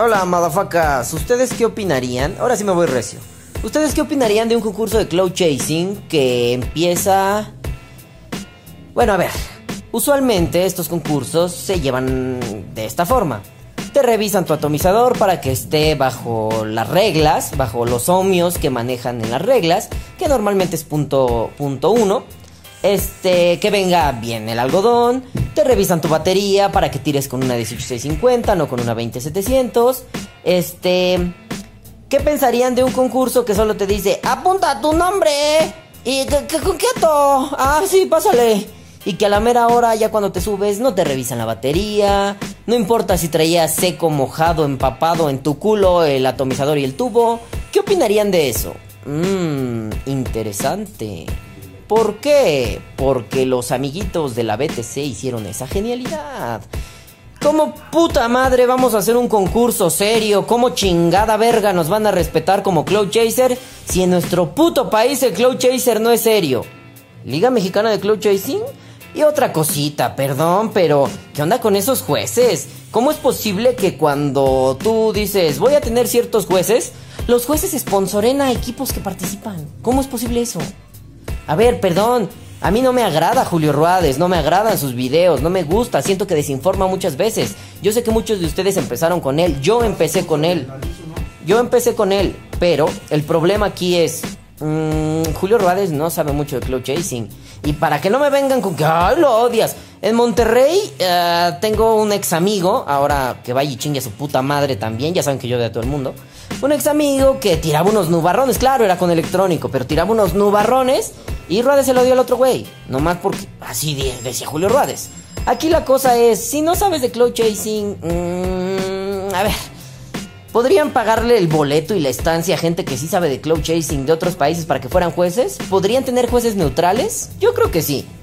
Hola, madafacas. ¿Ustedes qué opinarían? Ahora sí me voy recio. ¿Ustedes qué opinarían de un concurso de cloud chasing que empieza... Bueno, a ver. Usualmente estos concursos se llevan de esta forma. Te revisan tu atomizador para que esté bajo las reglas, bajo los ohmios que manejan en las reglas, que normalmente es punto 1. Que venga bien el algodón. Te revisan tu batería para que tires con una 18650, no con una 20700. ¿Qué pensarían de un concurso que solo te dice apunta tu nombre? ¿Y con qué to? Ah, sí, pásale. Y que a la mera hora, ya cuando te subes, no te revisan la batería. No importa si traías seco, mojado, empapado en tu culo el atomizador y el tubo. ¿Qué opinarían de eso? Interesante. ¿Por qué? Porque los amiguitos de la BTC hicieron esa genialidad. ¿Cómo puta madre vamos a hacer un concurso serio? ¿Cómo chingada verga nos van a respetar como Cloud Chaser si en nuestro puto país el Cloud Chaser no es serio? ¿Liga Mexicana de Cloud Chasing? Y otra cosita, perdón, pero ¿qué onda con esos jueces? ¿Cómo es posible que cuando tú dices voy a tener ciertos jueces, los jueces sponsoren a equipos que participan? ¿Cómo es posible eso? A ver, perdón, a mí no me agrada Julio Ruades, no me agradan sus videos, no me gusta, siento que desinforma muchas veces. Yo sé que muchos de ustedes empezaron con él, yo empecé con él, pero el problema aquí es... Julio Ruades no sabe mucho de cloud chasing. Y para que no me vengan con que ¡ay, lo odias! En Monterrey tengo un ex amigo, ahora que vaya y chingue a su puta madre también, ya saben que yo odio a todo el mundo. Un ex amigo que tiraba unos nubarrones, claro, era con electrónico, pero tiraba unos nubarrones y Ruades se lo dio al otro güey. Nomás porque así decía Julio Ruades. Aquí la cosa es, si no sabes de cloud chasing, a ver, ¿podrían pagarle el boleto y la estancia a gente que sí sabe de cloud chasing de otros países para que fueran jueces? ¿Podrían tener jueces neutrales? Yo creo que sí.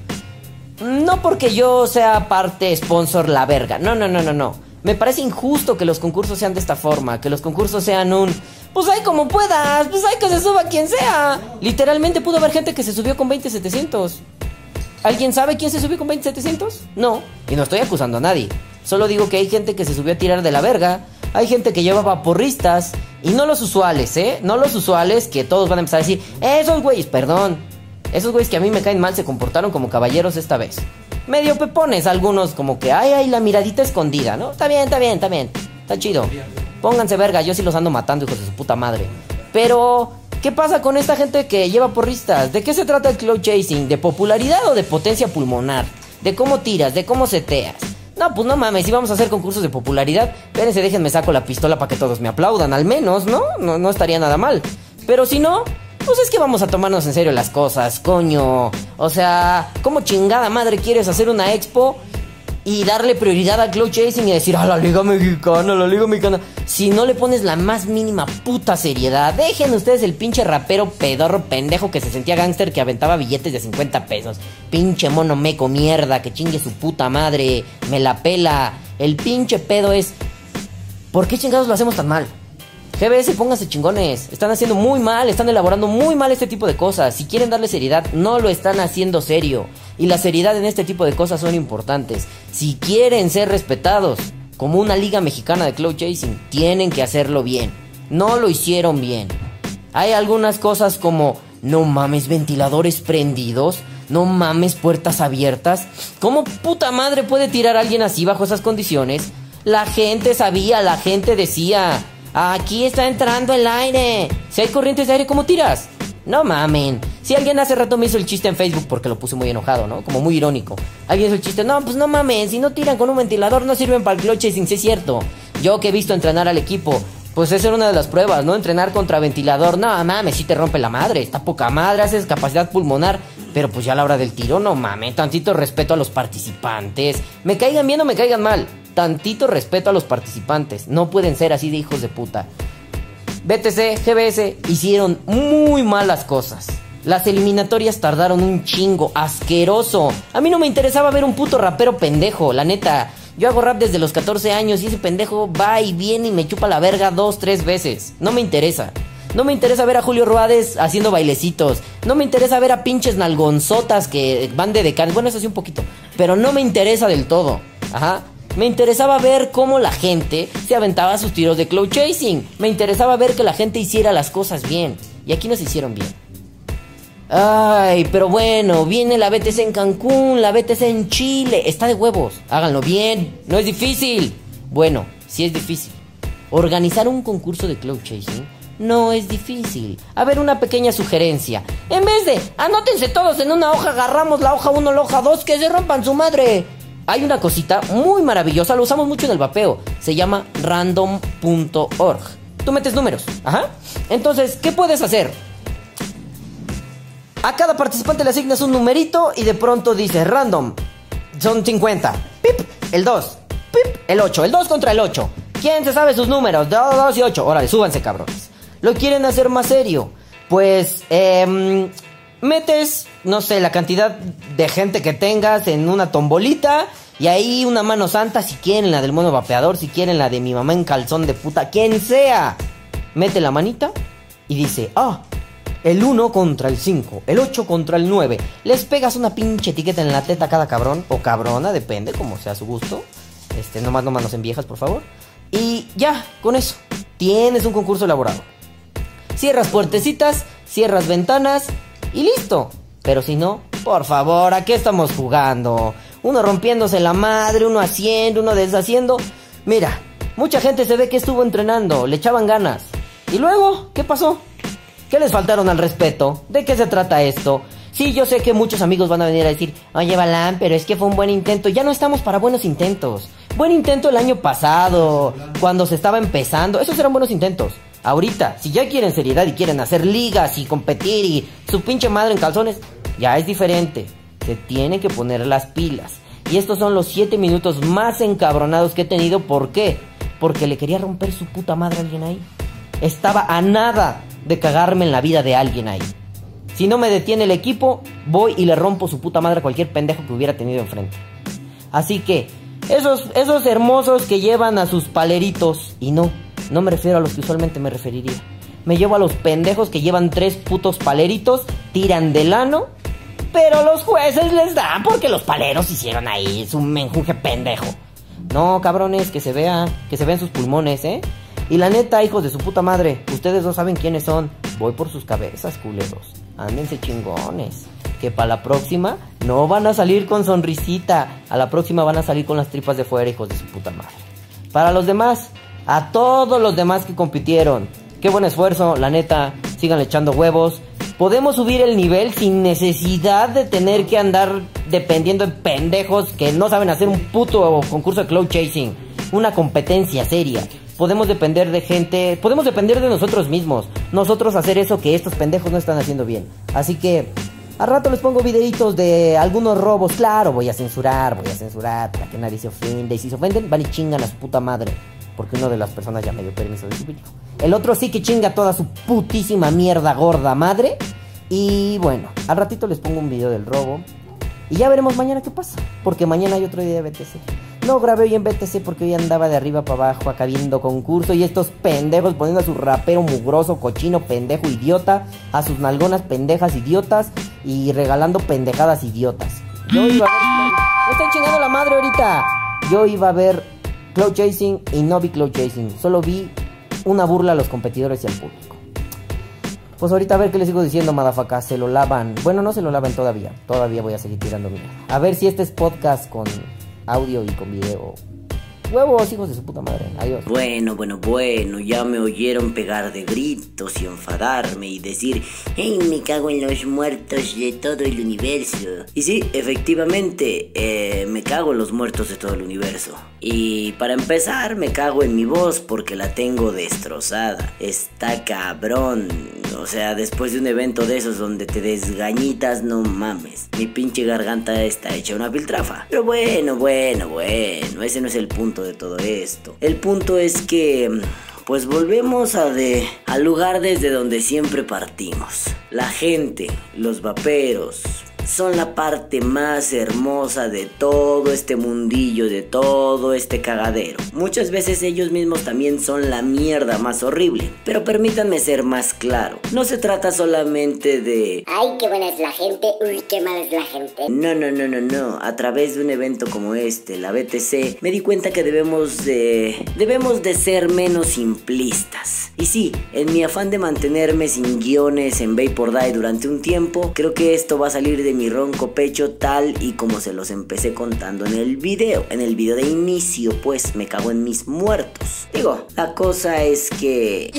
No porque yo sea parte sponsor la verga. No. Me parece injusto que los concursos sean de esta forma. Que los concursos sean pues hay como puedas, pues hay que se suba quien sea. Literalmente pudo haber gente que se subió con 20700. ¿Alguien sabe quién se subió con 20700? No. Y no estoy acusando a nadie. Solo digo que hay gente que se subió a tirar de la verga. Hay gente que llevaba porristas. Y no los usuales, no los usuales que todos van a empezar a decir esos güeyes, perdón, esos güeyes que a mí me caen mal se comportaron como caballeros esta vez. Medio pepones algunos, como que ay, la miradita escondida, ¿no? Está bien, está chido. Pónganse verga, yo sí los ando matando, hijos de su puta madre. Pero, ¿qué pasa con esta gente que lleva porristas? ¿De qué se trata el cloud chasing? ¿De popularidad o de potencia pulmonar? ¿De cómo tiras? ¿De cómo seteas? No, pues no mames, si vamos a hacer concursos de popularidad, espérense, déjenme saco la pistola para que todos me aplaudan, al menos, ¿no? No estaría nada mal. Pero si no, pues es que vamos a tomarnos en serio las cosas, coño. O sea, ¿cómo chingada madre quieres hacer una expo y darle prioridad al cloud chasing y decir, la Liga Mexicana? Si no le pones la más mínima puta seriedad, dejen ustedes el pinche rapero pedorro pendejo que se sentía gángster que aventaba billetes de 50 pesos. Pinche mono meco mierda, que chingue su puta madre, me la pela. El pinche pedo es, ¿por qué chingados lo hacemos tan mal? GBS, pónganse chingones, están haciendo muy mal, están elaborando muy mal este tipo de cosas. Si quieren darle seriedad, no lo están haciendo serio. Y la seriedad en este tipo de cosas son importantes. Si quieren ser respetados como una liga mexicana de cloud chasing, tienen que hacerlo bien. No lo hicieron bien. Hay algunas cosas como, no mames, ventiladores prendidos, no mames, puertas abiertas. ¿Cómo puta madre puede tirar a alguien así bajo esas condiciones? La gente sabía, la gente decía, aquí está entrando el aire. Si hay corrientes de aire, ¿cómo tiras? No mamen. Si alguien hace rato me hizo el chiste en Facebook porque lo puse muy enojado, ¿no? Como muy irónico. Alguien hizo el chiste, no, pues no mamen, si no tiran con un ventilador no sirven para el cloud chasing, sí es cierto. Yo que he visto entrenar al equipo, pues esa era una de las pruebas, ¿no? Entrenar contra ventilador, no mames, sí te rompe la madre, está poca madre, haces capacidad pulmonar. Pero pues ya a la hora del tiro, no mames, tantito respeto a los participantes. Me caigan bien o me caigan mal, tantito respeto a los participantes. No pueden ser así de hijos de puta. BTC, GBS hicieron muy malas cosas. Las eliminatorias tardaron un chingo, asqueroso. A mí no me interesaba ver un puto rapero pendejo, la neta. Yo hago rap desde los 14 años y ese pendejo va y viene y me chupa la verga 2-3 veces. No me interesa. No me interesa ver a Julio Ruades haciendo bailecitos. No me interesa ver a pinches nalgonzotas que van de decanes. Bueno, eso sí un poquito, pero no me interesa del todo. Ajá. Me interesaba ver cómo la gente se aventaba sus tiros de cloud chasing. Me interesaba ver que la gente hiciera las cosas bien. Y aquí no se hicieron bien. Ay, pero bueno, viene la BTC en Cancún, la BTC en Chile. Está de huevos, háganlo bien, no es difícil. Bueno, sí es difícil. Organizar un concurso de cloud chasing no es difícil. A ver, una pequeña sugerencia. En vez de anótense todos en una hoja, agarramos la hoja 1, la hoja 2, que se rompan su madre. Hay una cosita muy maravillosa, lo usamos mucho en el vapeo. Se llama random.org. Tú metes números, ajá. Entonces, ¿qué puedes hacer? A cada participante le asignas un numerito y de pronto dices random. Son 50. Pip, el 2. Pip, el 8. El 2 contra el 8. ¿Quién se sabe sus números? 2 y 8. Órale, súbanse, cabrones. Lo quieren hacer más serio. Pues, metes, no sé, la cantidad de gente que tengas en una tombolita. Y ahí una mano santa, si quieren la del mono vapeador, si quieren la de mi mamá en calzón de puta, quien sea. Mete la manita y dice, el 1 contra el 5, el 8 contra el 9. Les pegas una pinche etiqueta en la teta a cada cabrón o cabrona, depende, como sea su gusto. Nomás no manos en viejas, por favor. Y ya, con eso, tienes un concurso elaborado. Cierras puertecitas, cierras ventanas y listo. Pero si no, por favor, ¿a qué estamos jugando? Uno rompiéndose la madre, uno haciendo, uno deshaciendo. Mira, mucha gente se ve que estuvo entrenando, le echaban ganas. ¿Y luego qué pasó? ¿Qué les faltaron al respeto? ¿De qué se trata esto? Sí, yo sé que muchos amigos van a venir a decir, oye, Balam, pero es que fue un buen intento. Ya no estamos para buenos intentos. Buen intento el año pasado, cuando se estaba empezando. Esos eran buenos intentos. Ahorita, si ya quieren seriedad y quieren hacer ligas y competir y su pinche madre en calzones, ya es diferente. Se tienen que poner las pilas. Y estos son los 7 minutos más encabronados que he tenido. ¿Por qué? Porque le quería romper su puta madre a alguien ahí. Estaba a nada de cagarme en la vida de alguien ahí. Si no me detiene el equipo, voy y le rompo su puta madre a cualquier pendejo que hubiera tenido enfrente. Así que, esos hermosos que llevan a sus paleritos, y no me refiero a los que usualmente me referiría. Me llevo a los pendejos que llevan 3 putos paleritos, tiran del ano, pero los jueces les dan porque los paleros hicieron ahí su menjunje pendejo. No, cabrones, que se vean sus pulmones, Y la neta, hijos de su puta madre, ustedes no saben quiénes son. Voy por sus cabezas, culeros. Ándense chingones. Que para la próxima no van a salir con sonrisita. A la próxima van a salir con las tripas de fuera, hijos de su puta madre. Para los demás, a todos los demás que compitieron, qué buen esfuerzo, la neta. Sigan echando huevos. Podemos subir el nivel sin necesidad de tener que andar dependiendo de pendejos que no saben hacer un puto concurso de cloud chasing. Una competencia seria. Podemos depender de gente, podemos depender de nosotros mismos. Nosotros hacer eso que estos pendejos no están haciendo bien. Así que, al rato les pongo videitos de algunos robos. Claro, voy a censurar para que nadie se ofenda. Y si se ofenden, van y chingan a su puta madre. Porque una de las personas ya me dio permiso de subirlo. El otro sí que chinga toda su putísima mierda gorda madre. Y bueno, al ratito les pongo un video del robo. Y ya veremos mañana qué pasa. Porque mañana hay otro día de BTC. No grabé hoy en BTC porque hoy andaba de arriba para abajo acá viendo concurso. Y estos pendejos poniendo a su rapero mugroso, cochino, pendejo, idiota. A sus nalgonas pendejas, idiotas. Y regalando pendejadas idiotas. Yo iba a ver... Me están chingando la madre ahorita. Yo iba a ver cloud chasing y no vi cloud chasing. Solo vi una burla a los competidores y al público. Pues ahorita a ver qué les sigo diciendo, madafacas. Se lo lavan. Bueno, no se lo lavan todavía. Todavía voy a seguir tirando mierda. A ver si este es podcast con audio y con video. Huevos, hijos de su puta madre. Adiós. Bueno, ya me oyeron pegar de gritos y enfadarme y decir, hey, me cago en los muertos de todo el universo. Y sí, efectivamente, me cago en los muertos de todo el universo. Y para empezar, me cago en mi voz porque la tengo destrozada. Está cabrón. O sea, después de un evento de esos donde te desgañitas, no mames. Mi pinche garganta está hecha una piltrafa. Pero bueno, ese no es el punto de todo esto. El punto es que pues volvemos al lugar desde donde siempre partimos. La gente, los vaperos, son la parte más hermosa de todo este mundillo, de todo este cagadero. Muchas veces ellos mismos también son la mierda más horrible. Pero permítanme ser más claro. No se trata solamente de ay, qué buena es la gente, uy, qué mala es la gente. No. A través de un evento como este, la BTC, me di cuenta que debemos de ser menos simplistas. Y sí, en mi afán de mantenerme sin guiones en Vapor Die durante un tiempo, creo que esto va a salir de mi ronco pecho tal y como se los empecé contando en el video de inicio, pues me cago en mis muertos. Digo, la cosa es que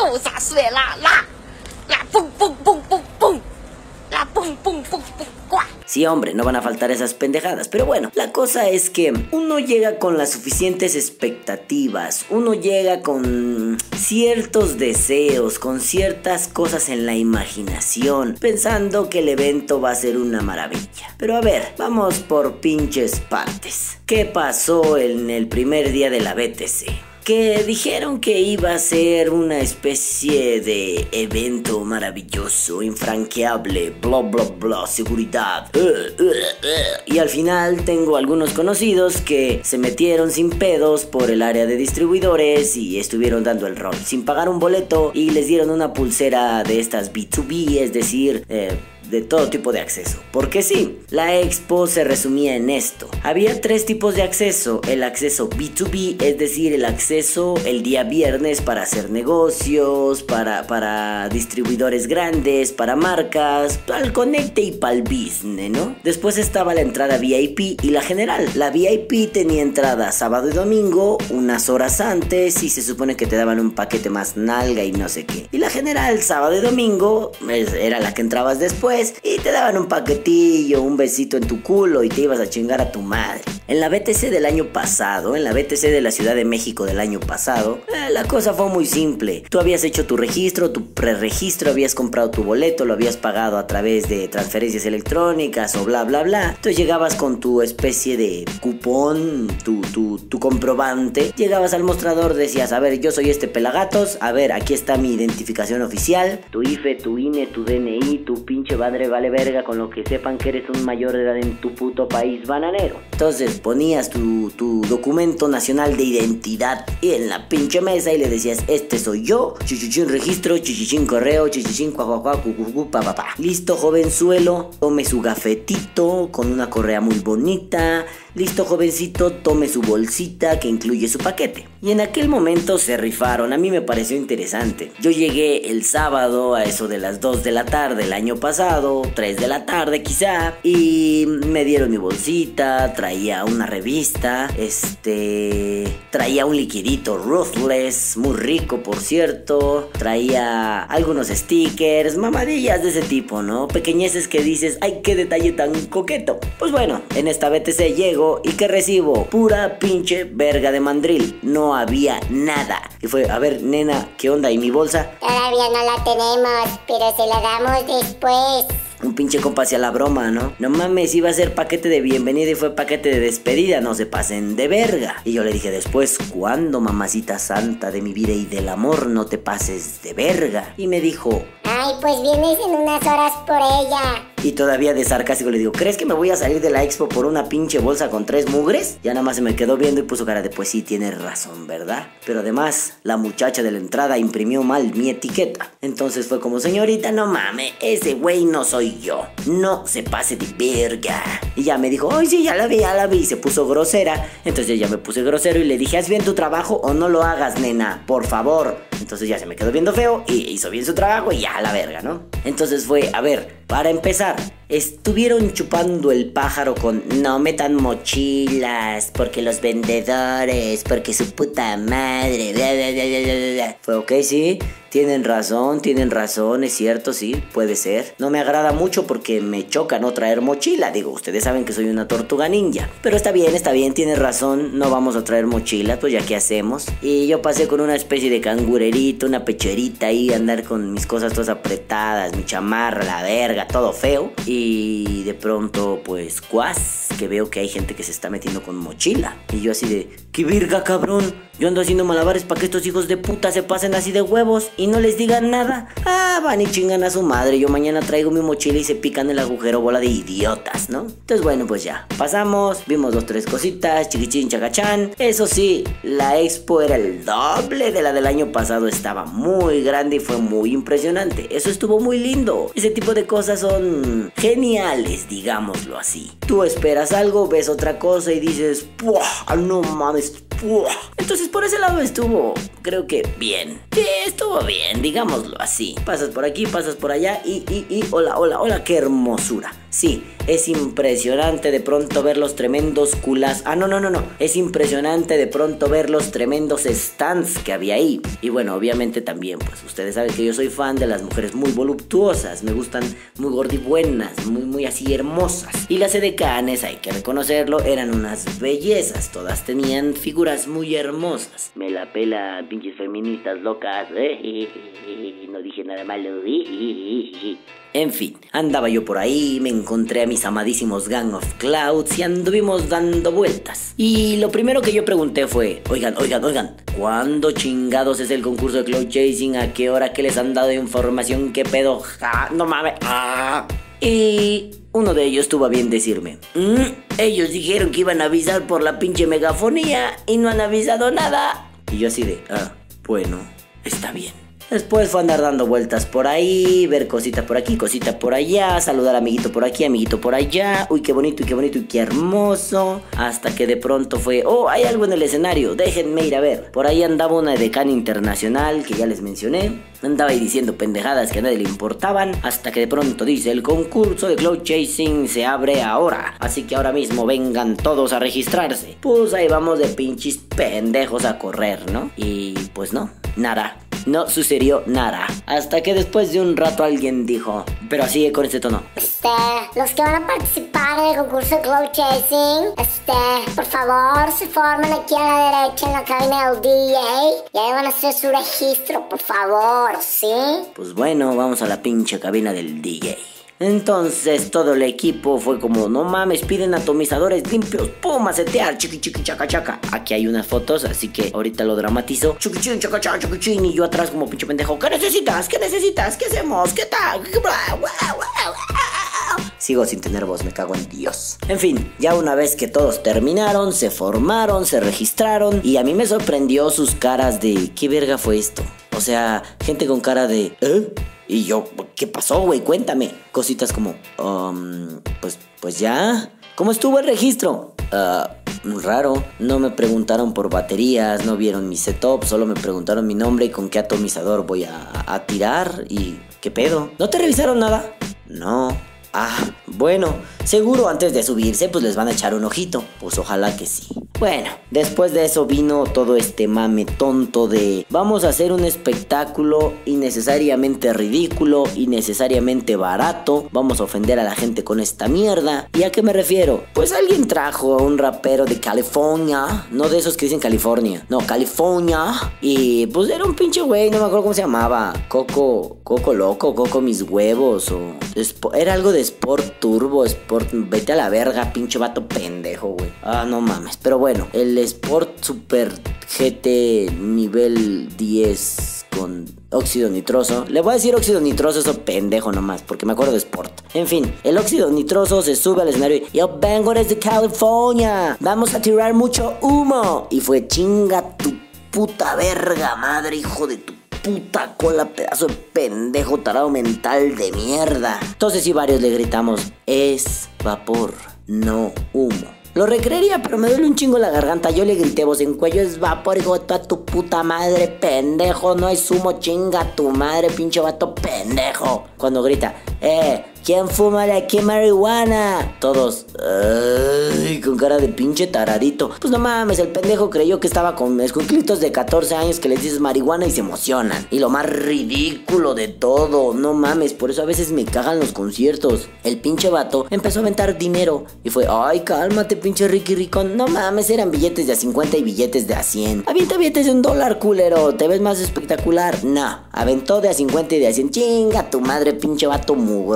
sí, hombre, no van a faltar esas pendejadas. Pero bueno, la cosa es que uno llega con las suficientes expectativas. Uno llega con ciertos deseos, con ciertas cosas en la imaginación, pensando que el evento va a ser una maravilla. Pero a ver, vamos por pinches partes. ¿Qué pasó en el primer día de la BTC? Que dijeron que iba a ser una especie de evento maravilloso, infranqueable, bla bla bla, seguridad. Y al final tengo algunos conocidos que se metieron sin pedos por el área de distribuidores y estuvieron dando el rol sin pagar un boleto y les dieron una pulsera de estas B2B, es decir, de todo tipo de acceso. Porque sí, la expo se resumía en esto. Había 3 tipos de acceso. El acceso B2B, es decir, el acceso el día viernes para hacer negocios, para distribuidores grandes, para marcas, para el conecte y para el business, ¿no? Después estaba la entrada VIP y la general. La VIP tenía entrada sábado y domingo, unas horas antes, y se supone que te daban un paquete más nalga y no sé qué. Y la general, sábado y domingo, era la que entrabas después y te daban un paquetillo, un besito en tu culo y te ibas a chingar a tu madre. En la BTC del año pasado, en la BTC de la Ciudad de México del año pasado, la cosa fue muy simple. Tú habías hecho tu registro, tu preregistro, habías comprado tu boleto, lo habías pagado a través de transferencias electrónicas o bla bla bla. Entonces llegabas con tu especie de cupón, tu comprobante. Llegabas al mostrador, decías, a ver, yo soy este Pelagatos, a ver, aquí está mi identificación oficial, tu IFE, tu INE, tu DNI, tu pinche madre vale verga con lo que sepan que eres un mayor de edad en tu puto país bananero. Entonces ponías tu documento nacional de identidad en la pinche mesa y le decías, este soy yo, chichichín registro, chichichín correo, chichichín cuacuacua, cucucu, pa pa pa. Listo, jovenzuelo, tome su gafetito con una correa muy bonita. Listo, jovencito, tome su bolsita que incluye su paquete. Y en aquel momento se rifaron, a mí me pareció interesante. Yo llegué el sábado a eso de las 2 de la tarde el año pasado, 3 de la tarde quizá, y me dieron mi bolsita, traía una revista, traía un liquidito Ruthless, muy rico por cierto, traía algunos stickers, mamadillas de ese tipo, ¿no? Pequeñeces que dices, ay, qué detalle tan coqueto. Pues bueno, en esta BTC llego y que recibo pura pinche verga de mandril. No había nada. Y fue, a ver, nena, ¿qué onda? ¿Y mi bolsa? Todavía no la tenemos, pero se la damos después. Un pinche compa hacía la broma, ¿no? No mames, iba a ser paquete de bienvenida y fue paquete de despedida, no se pasen de verga. Y yo le dije después, ¿cuándo, mamacita santa de mi vida y del amor, no te pases de verga? Y me dijo, ay, pues vienes en unas horas por ella. Y todavía de sarcástico le digo, ¿crees que me voy a salir de la expo por una pinche bolsa con 3 mugres? Ya nada más se me quedó viendo y puso cara de, pues sí, tienes razón, ¿verdad? Pero además, la muchacha de la entrada imprimió mal mi etiqueta. Entonces fue como, señorita, no mames, ese güey no soy yo. No se pase de verga. Y ya me dijo, ay, sí, ya la vi. Y se puso grosera. Entonces ya me puse grosero y le dije, haz bien tu trabajo o no lo hagas, nena, por favor. Entonces ya se me quedó viendo feo y hizo bien su trabajo y ya a la verga, ¿no? Entonces fue, a ver, para empezar, estuvieron chupando el pájaro con no metan mochilas, porque los vendedores, porque su puta madre, bla, bla, bla, bla, bla. Fue ok, sí, tienen razón, es cierto, sí, puede ser. No me agrada mucho porque me choca no traer mochila, digo, ustedes saben que soy una tortuga ninja. Pero está bien, tienen razón, no vamos a traer mochila, pues ya qué hacemos. Y yo pasé con una especie de cangurerito, una pecherita ahí, andar con mis cosas todas apretadas, mi chamarra, la verga, todo feo. Y de pronto, pues, que veo que hay gente que se está metiendo con mochila. Y yo así de, ¿qué virga, cabrón? Yo ando haciendo malabares para que estos hijos de puta se pasen así de huevos y no les digan nada. Ah, van y chingan a su madre. Yo mañana traigo mi mochila y se pican el agujero, bola de idiotas, ¿no? Entonces bueno, pues ya, pasamos, vimos 2, 3 cositas, chiquichín, chacachán. Eso sí, la expo era el doble de la del año pasado, estaba muy grande y fue muy impresionante. Eso estuvo muy lindo. Ese tipo de cosas son geniales, digámoslo así. Tú esperas algo, ves otra cosa y dices, ¡puah! No mames, ¡puah! Entonces por ese lado estuvo, creo que bien. Sí, estuvo bien, digámoslo así. Pasas por aquí, pasas por allá y hola, qué hermosura. Sí, es impresionante de pronto ver los tremendos culas. Ah, no. Es impresionante de pronto ver los tremendos stands que había ahí. Y bueno, obviamente también, pues ustedes saben que yo soy fan de las mujeres muy voluptuosas. Me gustan muy gordibuenas, muy así hermosas. Y las edecanes, hay que reconocerlo, eran unas bellezas. Todas tenían figuras muy hermosas. Me la pela, pinches feministas locas. No dije nada malo. En fin, andaba yo por ahí, me encontré a mis amadísimos Gang of Clouds y anduvimos dando vueltas. Y lo primero que yo pregunté fue, oigan, ¿cuándo chingados es el concurso de Cloud Chasing? ¿A qué hora? ¿Qué les han dado información? ¿Qué pedo? ¡Ja! ¡No mames! ¡Ah! Y uno de ellos tuvo a bien decirme, ellos dijeron que iban a avisar por la pinche megafonía y no han avisado nada. Y yo así de, bueno, está bien. Después fue andar dando vueltas por ahí, ver cosita por aquí, cosita por allá, saludar a amiguito por aquí, amiguito por allá. Uy, qué bonito y qué hermoso. Hasta que de pronto fue, hay algo en el escenario, déjenme ir a ver. Por ahí andaba una edecán internacional que ya les mencioné. Andaba ahí diciendo pendejadas que a nadie le importaban. Hasta que de pronto dice, el concurso de Cloud Chasing se abre ahora. Así que ahora mismo vengan todos a registrarse. Pues ahí vamos de pinches pendejos a correr, ¿no? Y pues no, nada. No sucedió nada. Hasta que después de un rato alguien dijo, pero así con este tono, los que van a participar en el concurso de Cloud Chasing, por favor, se forman aquí a la derecha en la cabina del DJ y ahí van a hacer su registro, por favor, ¿sí? Pues bueno, vamos a la pinche cabina del DJ. Entonces todo el equipo fue como, no mames, piden atomizadores limpios, pum, a setear, chiqui chaca chaca. Aquí hay unas fotos, así que ahorita lo dramatizo. Chiquichín, chaca chaca, chiquichín, y yo atrás como pinche pendejo. ¿Qué necesitas? ¿Qué hacemos? ¿Qué tal? Sigo sin tener voz, me cago en Dios. En fin, ya una vez que todos terminaron, se formaron, se registraron, y a mí me sorprendió sus caras de, ¿qué verga fue esto? O sea, gente con cara de, Y yo, ¿qué pasó, güey? Cuéntame. Cositas como, pues ya. ¿Cómo estuvo el registro? Raro. No me preguntaron por baterías, no vieron mi setup, solo me preguntaron mi nombre y con qué atomizador voy a tirar y ¿qué pedo? ¿No te revisaron nada? No. Bueno, seguro antes de subirse pues les van a echar un ojito. Pues ojalá que sí. Bueno, después de eso vino todo este mame tonto de vamos a hacer un espectáculo innecesariamente ridículo, innecesariamente barato, vamos a ofender a la gente con esta mierda. ¿Y a qué me refiero? Pues alguien trajo a un rapero de California, no de esos que dicen California, no, California, y pues era un pinche güey, no me acuerdo cómo se llamaba, Coco Loco, Coco Mis Huevos, o era algo de Sport Turbo, vete a la verga, pinche vato pendejo, güey. No mames, pero bueno, el Sport Super GT nivel 10 con óxido nitroso. Le voy a decir óxido nitroso, eso pendejo nomás, porque me acuerdo de Sport. En fin, el óxido nitroso se sube al escenario y yo vengo desde California, vamos a tirar mucho humo. Y fue chinga tu puta verga madre, hijo de tu puta cola, pedazo de pendejo tarado mental de mierda. Entonces sí, varios le gritamos, es vapor, no humo. Lo recreería, pero me duele un chingo la garganta. Yo le grité voz en cuello, es vapor, hijo de toda tu puta madre, pendejo, no es humo, chinga tu madre, pinche vato pendejo. Cuando grita, ¿quién fuma de aquí marihuana? Todos, con cara de pinche taradito. Pues no mames, el pendejo creyó que estaba con escuinclitos de 14 años que les dices marihuana y se emocionan. Y lo más ridículo de todo, no mames, por eso a veces me cagan los conciertos. El pinche vato empezó a aventar dinero y fue, ay, cálmate, pinche Ricky Ricón. No mames, eran billetes de a 50 y billetes de a 100. Avienta billetes de $1, culero, ¿te ves más espectacular? No, aventó de a 50 y de a 100. Chinga tu madre, pinche vato mugroso,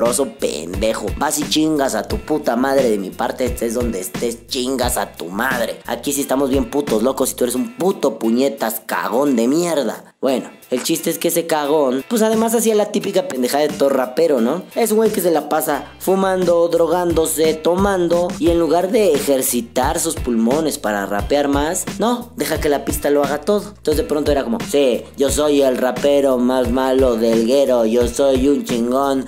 pendejo. Vas y chingas a tu puta madre. De mi parte, estés donde estés, chingas a tu madre. Aquí sí estamos bien putos locos y tú eres un puto puñetas cagón de mierda. Bueno, el chiste es que ese cagón, pues además hacía la típica pendejada de todo rapero, ¿no? Es un güey que se la pasa fumando, drogándose, tomando, y en lugar de ejercitar sus pulmones para rapear más, no, deja que la pista lo haga todo. Entonces de pronto era como, sí, yo soy el rapero más malo del guero, yo soy un chingón.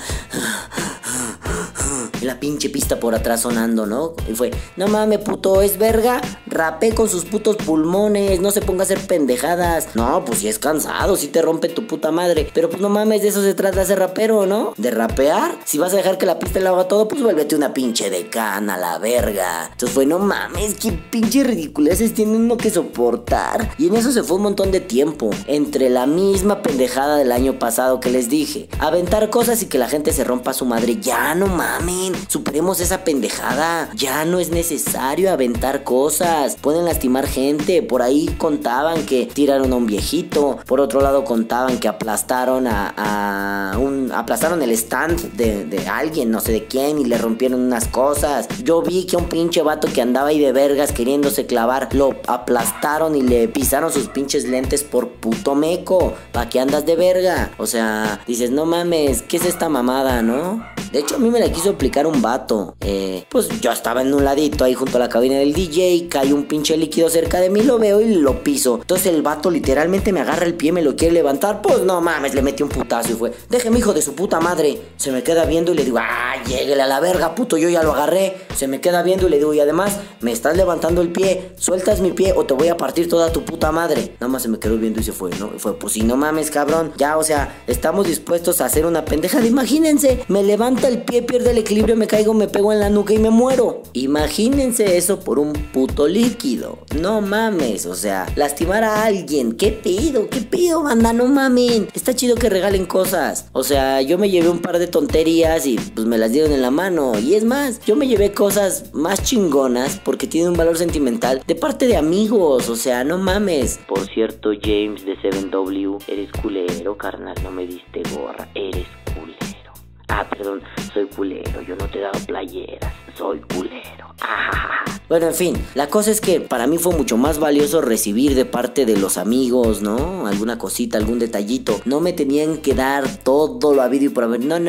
Y la pinche pista por atrás sonando, ¿no? Y fue, no mames, puto, es verga, rapé con sus putos pulmones, no se ponga a hacer pendejadas. No, pues si es cansado, si te rompe tu puta madre. Pero pues no mames, de eso se trata de ser rapero, ¿no? De rapear. Si vas a dejar que la pista lo haga todo, pues vuélvete una pinche decana, la verga. Entonces fue, no mames, qué pinche ridiculeces tiene uno que soportar. Y en eso se fue un montón de tiempo. Entre la misma pendejada del año pasado que les dije, aventar cosas y que la gente se rompa su madre. Ya no mamen, superemos esa pendejada. Ya no es necesario aventar cosas. Pueden lastimar gente. Por ahí contaban que tiraron a un viejito. Por otro lado contaban que aplastaron aplastaron el stand de alguien, no sé de quién, y le rompieron unas cosas. Yo vi que un pinche vato que andaba ahí de vergas queriéndose clavar, lo aplastaron y le pisaron sus pinches lentes por puto meco. ¿Pa' qué andas de verga? O sea, dices, no mames, ¿qué es esta mamada, no? De hecho, a mí me la quiso aplicar un vato. Pues yo estaba en un ladito ahí junto a la cabina del DJ, cae un pinche líquido cerca de mí, lo veo y lo piso. Entonces el vato literalmente me agarra el pie, me lo quiere levantar. Pues no mames, le metí un putazo y fue, déjeme, hijo de su puta madre. Se me queda viendo y le digo, lléguele a la verga, puto, yo ya lo agarré. Se me queda viendo y le digo, y además, me estás levantando el pie, sueltas mi pie o te voy a partir toda tu puta madre. Nada más se me quedó viendo y se fue, ¿no? Y fue, pues si no mames, cabrón. Ya, o sea, estamos dispuestos a hacer una pendejada. Imagínense, me levanta el pie, pierde el equilibrio, me caigo, me pego en la nuca y me muero. Imagínense eso por un puto líquido. No mames, o sea, lastimar a alguien. ¿Qué pido, banda? No mamen. Está chido que regalen cosas. O sea, yo me llevé un par de tonterías y pues me las dieron en la mano. Y es más, yo me llevé cosas más chingonas porque tienen un valor sentimental de parte de amigos. O sea, no mames. Por cierto, James de 7W, eres culero, carnal, no me diste gorra, eres culero. Perdón, soy culero, yo no te he dado playeras, soy culero. Bueno, en fin, la cosa es que para mí fue mucho más valioso recibir de parte de los amigos, ¿no? Alguna cosita, algún detallito. No me tenían que dar todo lo habido y por haber. No.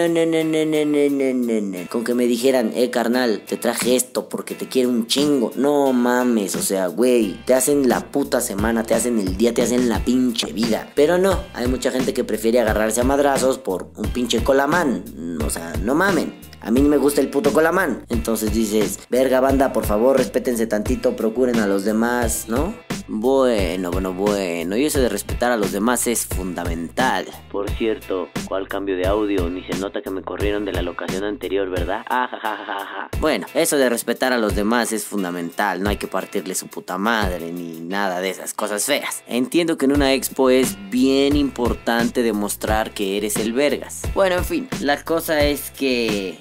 Con que me dijeran, carnal, te traje esto porque te quiero un chingo. No mames, o sea, güey, te hacen la puta semana, te hacen el día, te hacen la pinche vida. Pero no, hay mucha gente que prefiere agarrarse a madrazos por un pinche colamán. O sea, no mamen. A mí no me gusta el puto colamán. Entonces dices, verga banda, por favor, respétense tantito, procuren a los demás, ¿no? Bueno, y eso de respetar a los demás es fundamental. Por cierto, ¿cuál cambio de audio? Ni se nota que me corrieron de la locación anterior, ¿verdad? Bueno, eso de respetar a los demás es fundamental. No hay que partirle su puta madre ni nada de esas cosas feas. Entiendo que en una expo es bien importante demostrar que eres el vergas. Bueno, en fin, la cosa es que...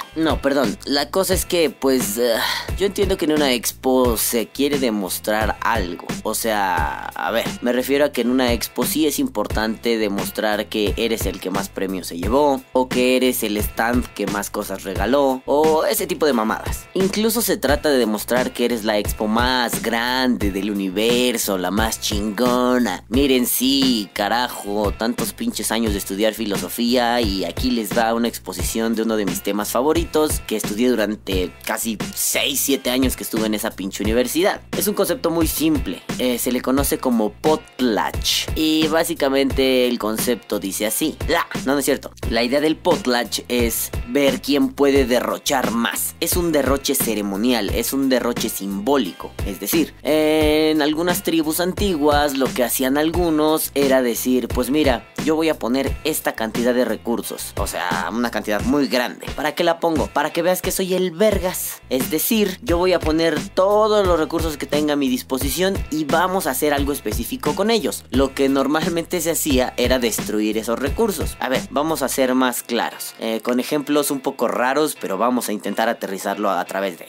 La cosa es que, pues, yo entiendo que en una expo se quiere demostrar algo. O sea, a ver, me refiero a que en una expo sí es importante demostrar que eres el que más premios se llevó, o que eres el stand que más cosas regaló, o ese tipo de mamadas. Incluso se trata de demostrar que eres la expo más grande del universo, la más chingona. Miren, sí, carajo, tantos pinches años de estudiar filosofía y aquí les va una exposición de uno de mis temas favoritos que estudié durante casi 6-7 años que estuve en esa pinche universidad. Es un concepto muy simple. Se le conoce como potlatch. Y básicamente el concepto dice así. No es cierto. La idea del potlatch es ver quién puede derrochar más. Es un derroche ceremonial, es un derroche simbólico. Es decir, en algunas tribus antiguas lo que hacían algunos era decir, pues mira, yo voy a poner esta cantidad de recursos. O sea, una cantidad muy grande. ¿Para qué la pongo? Para que veas que soy el vergas. Es decir, yo voy a poner todos los recursos que tenga a mi disposición y vamos a hacer algo específico con ellos. Lo que normalmente se hacía era destruir esos recursos. A ver, vamos a ser más claros. Con ejemplos un poco raros, pero vamos a intentar aterrizarlo a través de eso.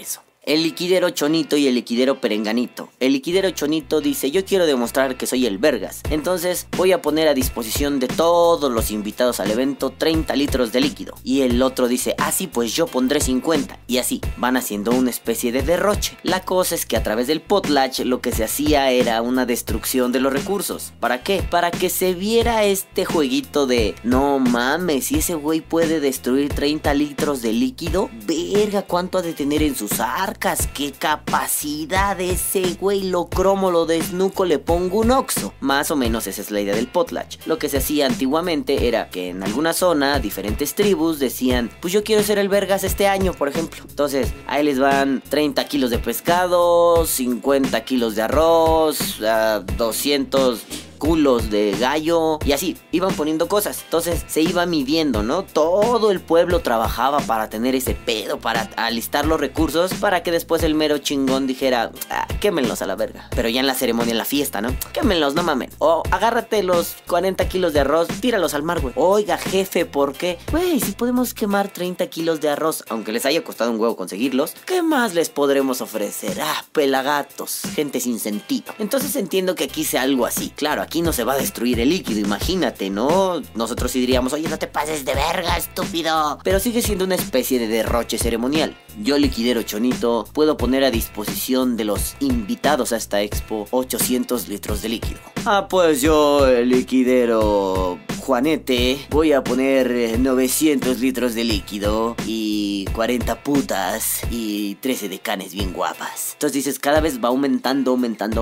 el liquidero Chonito y el liquidero Perenganito. El liquidero Chonito dice: yo quiero demostrar que soy el vergas, entonces voy a poner a disposición de todos los invitados al evento 30 litros de líquido. Y el otro dice: ah sí, pues yo pondré 50. Y así van haciendo una especie de derroche. La cosa es que a través del potlatch lo que se hacía era una destrucción de los recursos. ¿Para qué? Para que se viera este jueguito de: no mames, si ese güey puede destruir 30 litros de líquido, verga, ¿cuánto ha de tener en sus arcas? ¿Qué capacidad de ese güey? Lo cromo, lo desnuco, le pongo un oxo. Más o menos esa es la idea del potlatch. Lo que se hacía antiguamente era que en alguna zona diferentes tribus decían: pues yo quiero ser el vergas este año, por ejemplo. Entonces ahí les van 30 kilos de pescado, 50 kilos de arroz, 200 culos de gallo, y así iban poniendo cosas. Entonces se iba midiendo, ¿no? Todo el pueblo trabajaba para tener ese pedo, para alistar los recursos, para que después el mero chingón dijera: quémenlos a la verga. Pero ya en la ceremonia, en la fiesta, ¿no? Quémenlos, no mamen. O agárrate los 40 kilos de arroz, tíralos al mar, güey. Oiga, jefe, ¿por qué? Güey, si podemos quemar 30 kilos de arroz, aunque les haya costado un huevo conseguirlos, ¿qué más les podremos ofrecer? Pelagatos, gente sin sentido. Entonces entiendo que aquí sea algo así. Claro, aquí no se va a destruir el líquido, imagínate, ¿no? Nosotros sí diríamos: oye, no te pases de verga, estúpido. Pero sigue siendo una especie de derroche ceremonial. Yo, liquidero Chonito, puedo poner a disposición de los invitados a esta expo 800 litros de líquido. Pues yo, el liquidero Juanete, voy a poner 900 litros de líquido y 40 putas y 13 decanes bien guapas. Entonces dices, cada vez va aumentando.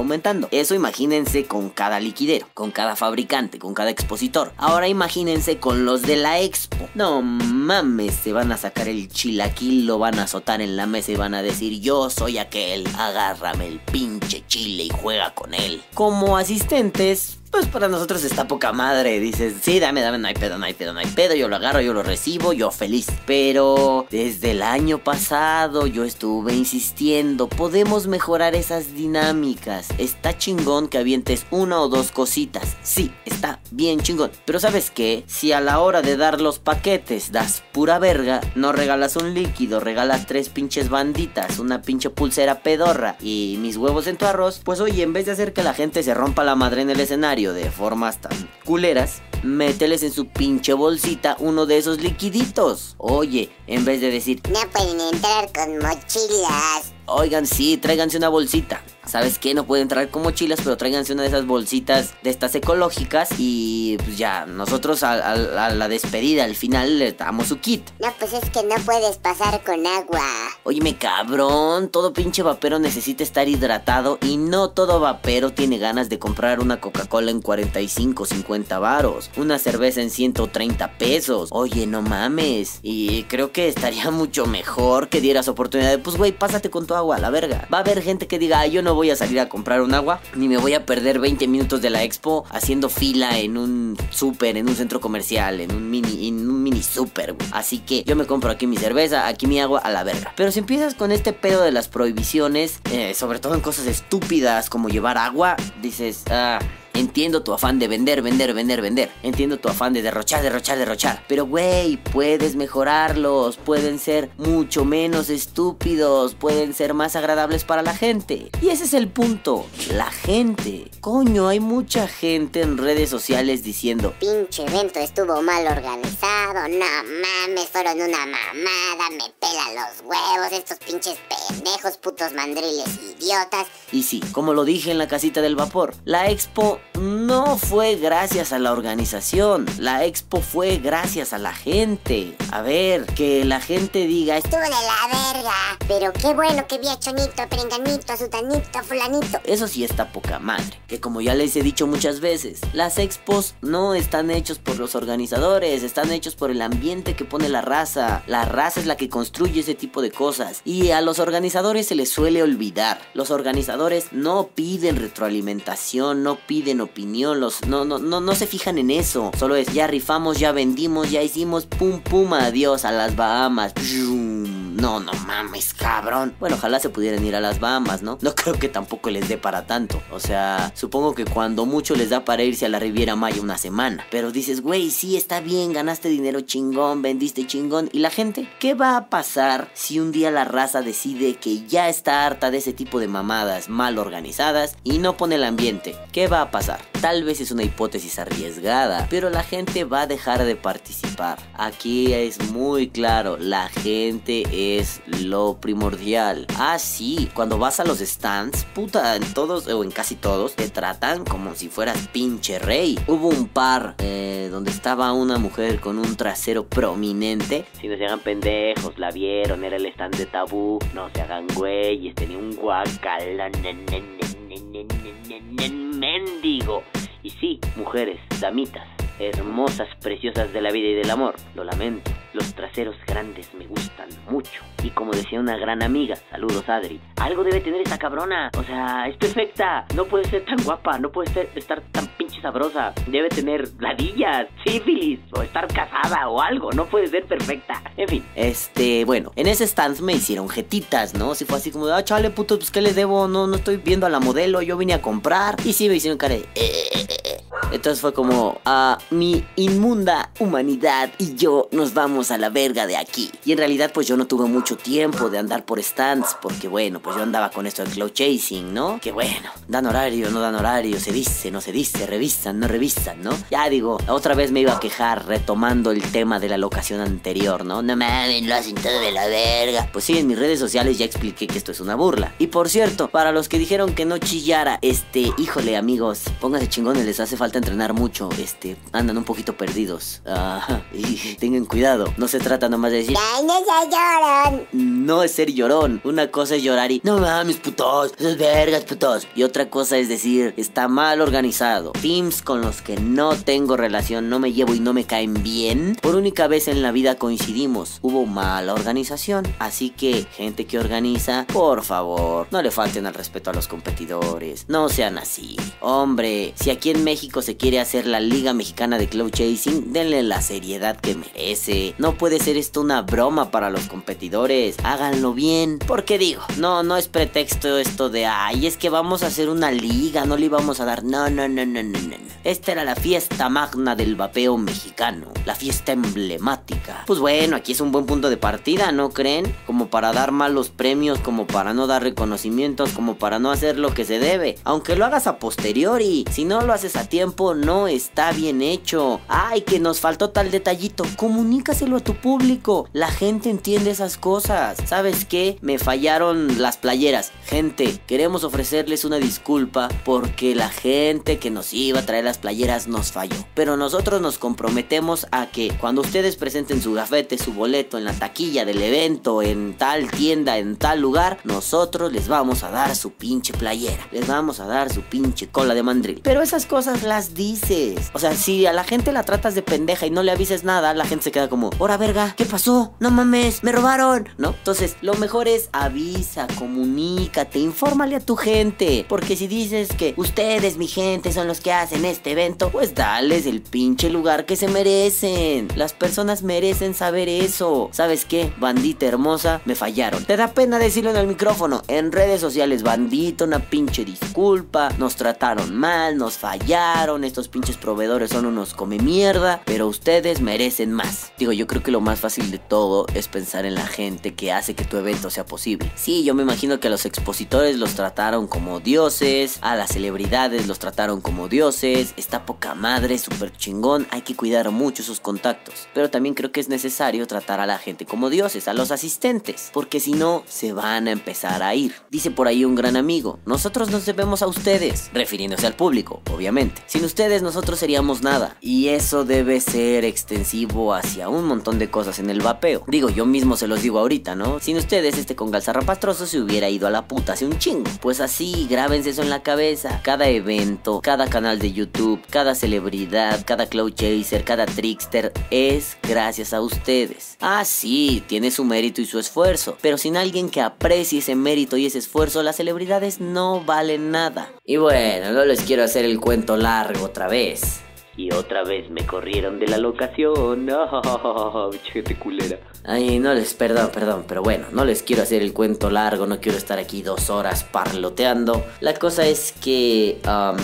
Eso imagínense con cada liquidero, con cada fabricante, con cada expositor. Ahora imagínense con los de la expo. No mames, se van a sacar el chilaquil, lo van a azotar en la mesa y van a decir: yo soy aquel, agárrame el pinche chile y juega con él. Como asistentes, pues para nosotros está poca madre. Dices: sí, dame, no hay pedo, yo lo agarro, yo lo recibo, yo feliz. Pero desde el año pasado yo estuve insistiendo: podemos mejorar esas dinámicas. Está chingón que avientes una o dos cositas, sí, está bien chingón. Pero ¿sabes qué? Si a la hora de dar los paquetes das pura verga, no regalas un líquido, regalas 3 pinches banditas, una pinche pulsera pedorra y mis huevos en tu arroz, pues oye, en vez de hacer que la gente se rompa la madre en el escenario de formas tan culeras, mételes en su pinche bolsita uno de esos liquiditos. Oye, en vez de decir: no pueden entrar con mochilas. Oigan, sí, tráiganse una bolsita. ¿Sabes qué? No pueden entrar con mochilas, pero tráiganse una de esas bolsitas de estas ecológicas. Y pues ya, nosotros a la despedida, al final, le damos su kit. No, pues es que no puedes pasar con agua. Óyeme, cabrón, todo pinche vapero necesita estar hidratado. Y no todo vapero tiene ganas de comprar una Coca-Cola en 45, 50 varos, una cerveza en 130 pesos. Oye, no mames. Y creo que estaría mucho mejor que dieras oportunidad de: pues güey, pásate con tu agua, a la verga. Va a haber gente que diga: yo no voy a salir a comprar un agua, ni me voy a perder 20 minutos de la expo haciendo fila en un súper, en un centro comercial, en un mini súper, güey. Así que yo me compro aquí mi cerveza, aquí mi agua, a la verga. Pero si empiezas con este pedo de las prohibiciones, sobre todo en cosas estúpidas como llevar agua, dices: entiendo tu afán de vender. Entiendo tu afán de derrochar. Pero güey, puedes mejorarlos. Pueden ser mucho menos estúpidos. Pueden ser más agradables para la gente. Y ese es el punto. La gente. Coño, hay mucha gente en redes sociales diciendo: pinche evento estuvo mal organizado. No mames, fueron una mamada. Me pelan los huevos estos pinches pendejos, putos mandriles idiotas. Y sí, como lo dije en la casita del vapor, la expo no fue gracias a la organización. La expo fue gracias a la gente. A ver, que la gente diga: estuvo de la verga, pero qué bueno que vi a Chonito, a Perenganito, a Sutanito, a Fulanito. Eso sí está poca madre. Que como ya les he dicho muchas veces, las expos no están hechos por los organizadores, están hechos por el ambiente que pone la raza. La raza es la que construye ese tipo de cosas. Y a los organizadores se les suele olvidar. Los organizadores no piden retroalimentación, no piden opinión, no se fijan en eso. Solo es: ya rifamos, ya vendimos, ya hicimos, pum, adiós a las Bahamas. no mames, cabrón. Bueno, ojalá se pudieran ir a las Bahamas, ¿no? No creo que tampoco les dé para tanto. O sea, supongo que cuando mucho les da para irse a la Riviera Maya una semana. Pero dices, güey, sí, está bien, ganaste dinero chingón, vendiste chingón. ¿Y la gente? ¿Qué va a pasar si un día la raza decide que ya está harta de ese tipo de mamadas mal organizadas y no pone el ambiente? ¿Qué va a pasar? Tal vez es una hipótesis arriesgada, pero la gente va a dejar de participar. Aquí es muy claro, la gente es lo primordial. Ah, sí, cuando vas a los stands, puta, en todos o en casi todos te tratan como si fueras pinche rey. Hubo un par donde estaba una mujer con un trasero prominente. Si no se hagan pendejos, la vieron, era el stand de Tabú. No se hagan güeyes, tenía un guacalón mendigo. Y sí, mujeres, damitas, hermosas, preciosas de la vida y del amor. Lo lamento, los traseros grandes me gustan mucho. Y como decía una gran amiga, saludos Adri, algo debe tener esa cabrona. O sea, es perfecta, no puede ser tan guapa, no puede estar tan pinche sabrosa. Debe tener ladillas, sífilis, o estar casada o algo, no puede ser perfecta. En fin. Bueno, en ese stand me hicieron jetitas, ¿no? Si fue así como de, chale, puto, pues ¿qué les debo? No estoy viendo a la modelo, yo vine a comprar. Y sí me hicieron cara de... Entonces fue como, mi inmunda humanidad y yo nos vamos a la verga de aquí. Y en realidad pues yo no tuve mucho tiempo de andar por stands, porque bueno, pues yo andaba con esto de cloud chasing, ¿no? Que bueno, dan horario, no dan horario, se dice, no se dice, revisan, no revisan, ¿no? Ya digo, otra vez me iba a quejar retomando el tema de la locación anterior, ¿no? No mames, lo hacen todo de la verga. Pues sí, en mis redes sociales ya expliqué que esto es una burla. Y por cierto, para los que dijeron que no chillara, híjole amigos, pónganse chingones, les hace falta entrenar mucho, andan un poquito perdidos. Y tengan cuidado, no se trata nomás de decir no es ser llorón. Una cosa es llorar y no mames putos, esas vergas putos. Y otra cosa es decir, está mal organizado. Teams con los que no tengo relación, no me llevo y no me caen bien, por única vez en la vida coincidimos, hubo mala organización. Así que, gente que organiza, por favor, no le falten al respeto a los competidores, no sean así. Hombre, si aquí en México se quiere hacer la Liga Mexicana de Cloud Chasing, denle la seriedad que merece. No puede ser esto una broma para los competidores, háganlo bien. Porque digo, no es pretexto esto de es que vamos a hacer una liga, no le íbamos a dar. No. Esta era la fiesta magna del vapeo mexicano, la fiesta emblemática. Pues bueno, aquí es un buen punto de partida, ¿no creen? Como para dar malos premios, como para no dar reconocimientos, como para no hacer lo que se debe. Aunque lo hagas a posteriori, si no lo haces a tiempo, no está bien hecho. Ay, que nos faltó tal detallito, comunícaselo a tu público. La gente entiende esas cosas. ¿Sabes qué? Me fallaron las playeras. Gente, queremos ofrecerles una disculpa porque la gente que nos iba a traer las playeras nos falló. Pero nosotros nos comprometemos a que cuando ustedes presenten su gafete, su boleto en la taquilla del evento, en tal tienda, en tal lugar, nosotros les vamos a dar su pinche playera, les vamos a dar su pinche cola de mandril. Pero esas cosas las dices. O sea, si a la gente la tratas de pendeja y no le avises nada, la gente se queda como, ¡hora verga! ¿Qué pasó? No mames, me robaron, ¿no? Entonces, lo mejor es avisa, comunícate, infórmale a tu gente. Porque si dices que ustedes, mi gente, son los que hacen este evento, pues dales el pinche lugar que se merecen. Las personas merecen saber eso. ¿Sabes qué? Bandita hermosa, me fallaron. Te da pena decirlo en el micrófono, en redes sociales, bandita, una pinche disculpa, nos trataron mal, nos fallaron, estos pinches proveedores son unos come mierda, pero ustedes merecen más. Digo, yo creo que lo más fácil de todo es pensar en la gente que hace que tu evento sea posible. Sí, yo me imagino que a los expositores los trataron como dioses, a las celebridades los trataron como dioses, está poca madre, súper chingón, hay que cuidar mucho sus contactos. Pero también creo que es necesario tratar a la gente como dioses, a los asistentes, porque si no, se van a empezar a ir. Dice por ahí un gran amigo, nosotros nos debemos a ustedes, refiriéndose al público, obviamente. Sin ustedes nosotros seríamos nada. Y eso debe ser extensivo hacia un montón de cosas en el vapeo. Digo, yo mismo se los digo ahorita, ¿no? Sin ustedes este Congal Zarrapastroso se hubiera ido a la puta hace un chingo. Pues así, grábense eso en la cabeza. Cada evento, cada canal de YouTube, cada celebridad, cada cloud chaser, cada trickster es gracias a ustedes. Ah, sí, tiene su mérito y su esfuerzo, pero sin alguien que aprecie ese mérito y ese esfuerzo, las celebridades no valen nada. Y bueno, no les quiero hacer el cuento largo otra vez, y otra vez me corrieron de la locación. Gente culera. Ay, perdón, pero bueno, no les quiero hacer el cuento largo, no quiero estar aquí 2 horas parloteando. La cosa es que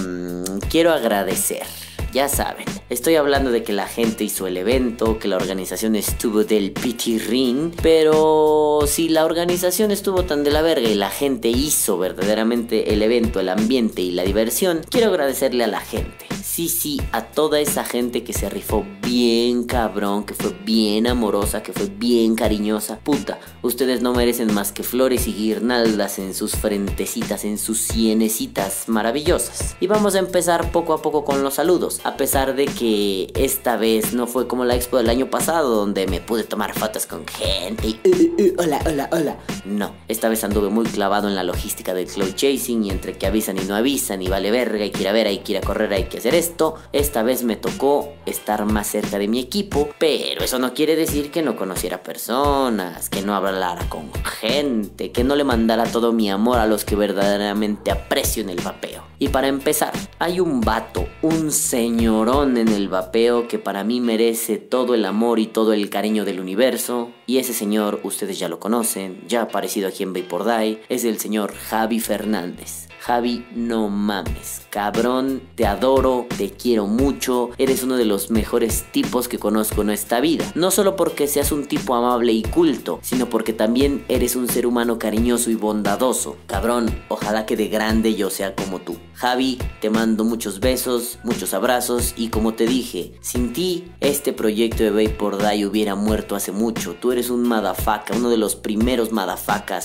quiero agradecer. Ya saben, estoy hablando de que la gente hizo el evento, que la organización estuvo del pitirrín, pero si la organización estuvo tan de la verga y la gente hizo verdaderamente el evento, el ambiente y la diversión, quiero agradecerle a la gente. Sí, a toda esa gente que se rifó bien cabrón, que fue bien amorosa, que fue bien cariñosa. Puta, ustedes no merecen más que flores y guirnaldas en sus frentecitas, en sus sienecitas maravillosas. Y vamos a empezar poco a poco con los saludos, a pesar de que esta vez no fue como la expo del año pasado, donde me pude tomar fotos con gente y hola. No, esta vez anduve muy clavado en la logística del cloud chasing, y entre que avisan y no avisan, y vale verga, hay que ir a ver, hay que ir a correr, hay que hacer esto. Esta vez me tocó estar más cerca de mi equipo, pero eso no quiere decir que no conociera personas, que no hablara con gente, que no le mandara todo mi amor a los que verdaderamente aprecio en el vapeo. Y para empezar, hay un vato, un señorón en el vapeo que para mí merece todo el amor y todo el cariño del universo, y ese señor ustedes ya lo conocen, ya ha aparecido aquí en Vapor Die, es el señor Javi Fernández. Javi, no mames, cabrón, te adoro, te quiero mucho, eres uno de los mejores tipos que conozco en esta vida. No solo porque seas un tipo amable y culto, sino porque también eres un ser humano cariñoso y bondadoso. Cabrón, ojalá que de grande yo sea como tú. Javi, te mando muchos besos, muchos abrazos, y como te dije, sin ti, este proyecto de Vapor Die hubiera muerto hace mucho. Tú eres un motherfucker, uno de los primeros motherfucker